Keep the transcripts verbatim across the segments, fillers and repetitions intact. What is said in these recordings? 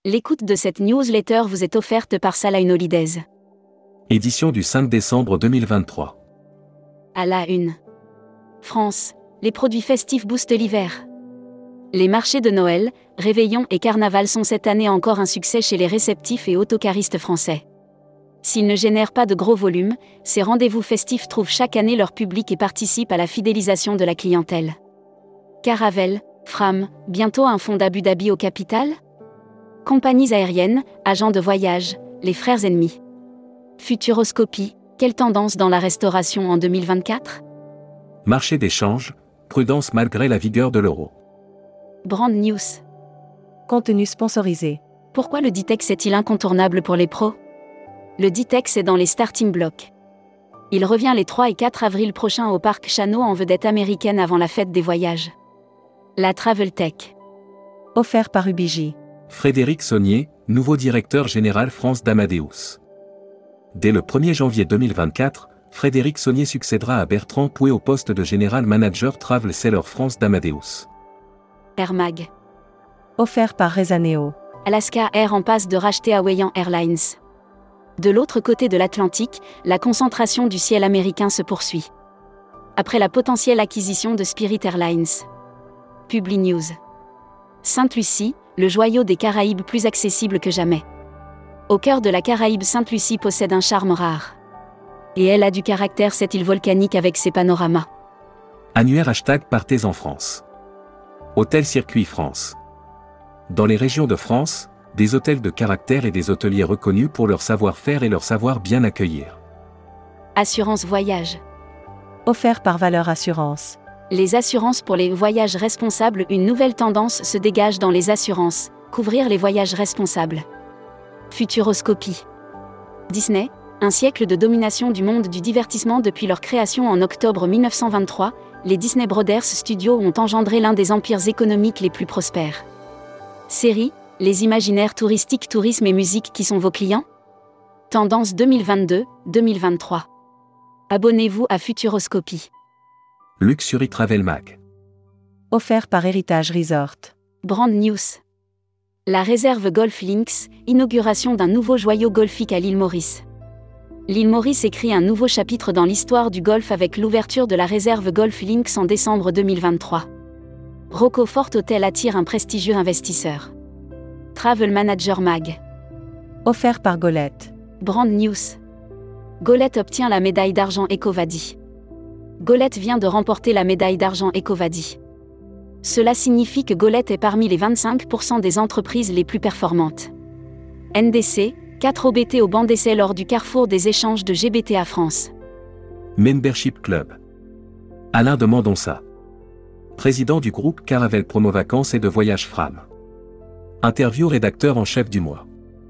L'écoute de cette newsletter vous est offerte par Salah Holidays. Édition du cinq décembre deux mille vingt-trois. À la une. France, les produits festifs boostent l'hiver. Les marchés de Noël, Réveillon et Carnaval sont cette année encore un succès chez les réceptifs et autocaristes français. S'ils ne génèrent pas de gros volumes, ces rendez-vous festifs trouvent chaque année leur public et participent à la fidélisation de la clientèle. Caravelle, Fram, bientôt un fonds d'Abu Dhabi au capital ? Compagnies aériennes, agents de voyage, les frères ennemis. Futuroscopie, quelle tendance dans la restauration en deux mille vingt-quatre ? Marché des changes, prudence malgré la vigueur de l'euro. Brand News. Contenu sponsorisé. Pourquoi le Ditex est-il incontournable pour les pros ? Le Ditex est dans les starting blocks. Il revient les trois et quatre avril prochains au parc Chano en vedette américaine avant la fête des voyages. La Travel Tech. Offert par Ubiji. Frédéric Saunier, nouveau directeur général France d'Amadeus. Dès le premier janvier deux mille vingt-quatre, Frédéric Saunier succédera à Bertrand Pouet au poste de General Manager Travel Seller France d'Amadeus. Air Mag. Offert par Rezaneo. Alaska Air en passe de racheter Hawaiian Airlines. De l'autre côté de l'Atlantique, la concentration du ciel américain se poursuit. Après la potentielle acquisition de Spirit Airlines. Publi News. Sainte-Lucie, le joyau des Caraïbes plus accessible que jamais. Au cœur de la Caraïbe, Sainte-Lucie possède un charme rare. Et elle a du caractère, cette île volcanique avec ses panoramas. Annuaire hashtag Partez en France. Hôtel Circuit France. Dans les régions de France, des hôtels de caractère et des hôteliers reconnus pour leur savoir-faire et leur savoir bien accueillir. Assurance voyage. Offert par Valeur Assurance. Les assurances pour les voyages responsables. Une nouvelle tendance se dégage dans les assurances, couvrir les voyages responsables. Futuroscopie. Disney, un siècle de domination du monde du divertissement depuis leur création en octobre mille neuf cent vingt-trois, les Disney Brothers Studios ont engendré l'un des empires économiques les plus prospères. Série, les imaginaires touristiques, tourisme et musique qui sont vos clients ? Tendance deux mille vingt-deux deux mille vingt-trois. Abonnez-vous à Futuroscopie. Luxury Travel Mag. Offert par Héritage Resort. Brand News. La réserve Golf Links, inauguration d'un nouveau joyau golfique à l'île Maurice. L'île Maurice écrit un nouveau chapitre dans l'histoire du golf avec l'ouverture de la réserve Golf Links en décembre deux mille vingt-trois. Rockefort Hotel attire un prestigieux investisseur. Travel Manager Mag. Offert par Golette. Brand News. Golette obtient la médaille d'argent EcoVadis. Golette vient de remporter la médaille d'argent EcoVadis. Cela signifie que Golette est parmi les vingt-cinq pour cent des entreprises les plus performantes. N D C, quatre O B T au banc d'essai lors du carrefour des échanges de G B T A France. Membership Club. Alain de Mendonça. Président du groupe Caravelle Promo Vacances et de Voyage Fram. Interview rédacteur en chef du mois.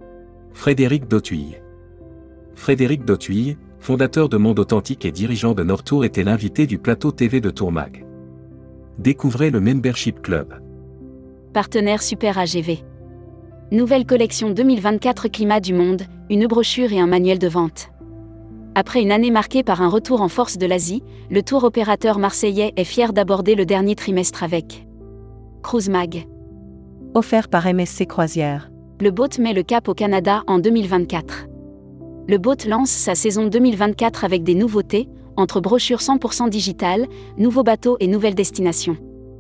Frédéric Dautuille. Frédéric Dautuille, fondateur de Monde Authentique et dirigeant de Nortour, était l'invité du plateau T V de Tourmag. Découvrez le Membership Club. Partenaire Super A G V. Nouvelle collection deux mille vingt-quatre Climat du Monde, une brochure et un manuel de vente. Après une année marquée par un retour en force de l'Asie, le tour opérateur marseillais est fier d'aborder le dernier trimestre avec Cruise Mag. Offert par M S C Croisière. Le boat met le cap au Canada en deux mille vingt-quatre. Le boat lance sa saison deux mille vingt-quatre avec des nouveautés, entre brochures cent pour cent digitales, nouveaux bateaux et nouvelles destinations.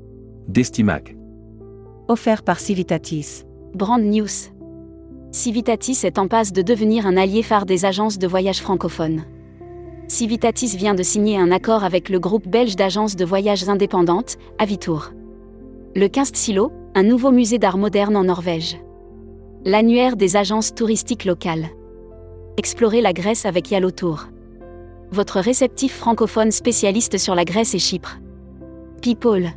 Destimag. Offert par Civitatis. Brand News. Civitatis est en passe de devenir un allié phare des agences de voyage francophones. Civitatis vient de signer un accord avec le groupe belge d'agences de voyages indépendantes, Avitour. Le Kunstsilo, un nouveau musée d'art moderne en Norvège. L'annuaire des agences touristiques locales. Explorez la Grèce avec Yalotour. Votre réceptif francophone spécialiste sur la Grèce et Chypre. People.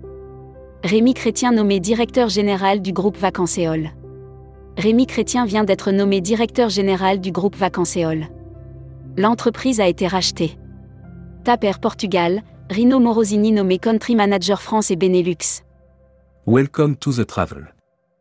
Rémi Chrétien nommé directeur général du groupe Vacanceol. Rémi Chrétien vient d'être nommé directeur général du groupe Vacanceol. L'entreprise a été rachetée. TAP Air Portugal, Rino Morosini nommé Country Manager France et Benelux. Welcome to the travel.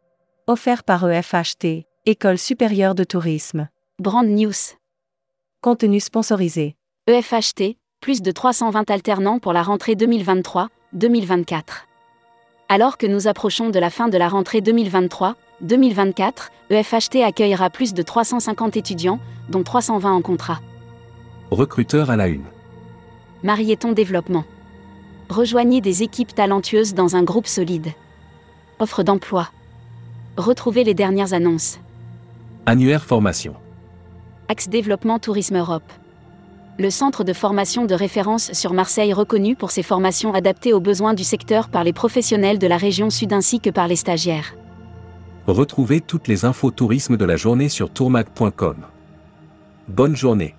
Offert par E F H T, École supérieure de tourisme. Brand News. Contenu sponsorisé. E F H T, plus de trois cent vingt alternants pour la rentrée deux mille vingt-trois deux mille vingt-quatre. Alors que nous approchons de la fin de la rentrée deux mille vingt-trois, deux mille vingt-quatre, E F H T accueillera plus de trois cent cinquante étudiants, dont trois cent vingt en contrat. Recruteur à la une. Marieton Développement. Rejoignez des équipes talentueuses dans un groupe solide. Offre d'emploi. Retrouvez les dernières annonces. Annuaire formation. Axe Développement Tourisme Europe. Le centre de formation de référence sur Marseille reconnu pour ses formations adaptées aux besoins du secteur par les professionnels de la région sud ainsi que par les stagiaires. Retrouvez toutes les infos tourisme de la journée sur tourmag point com. Bonne journée.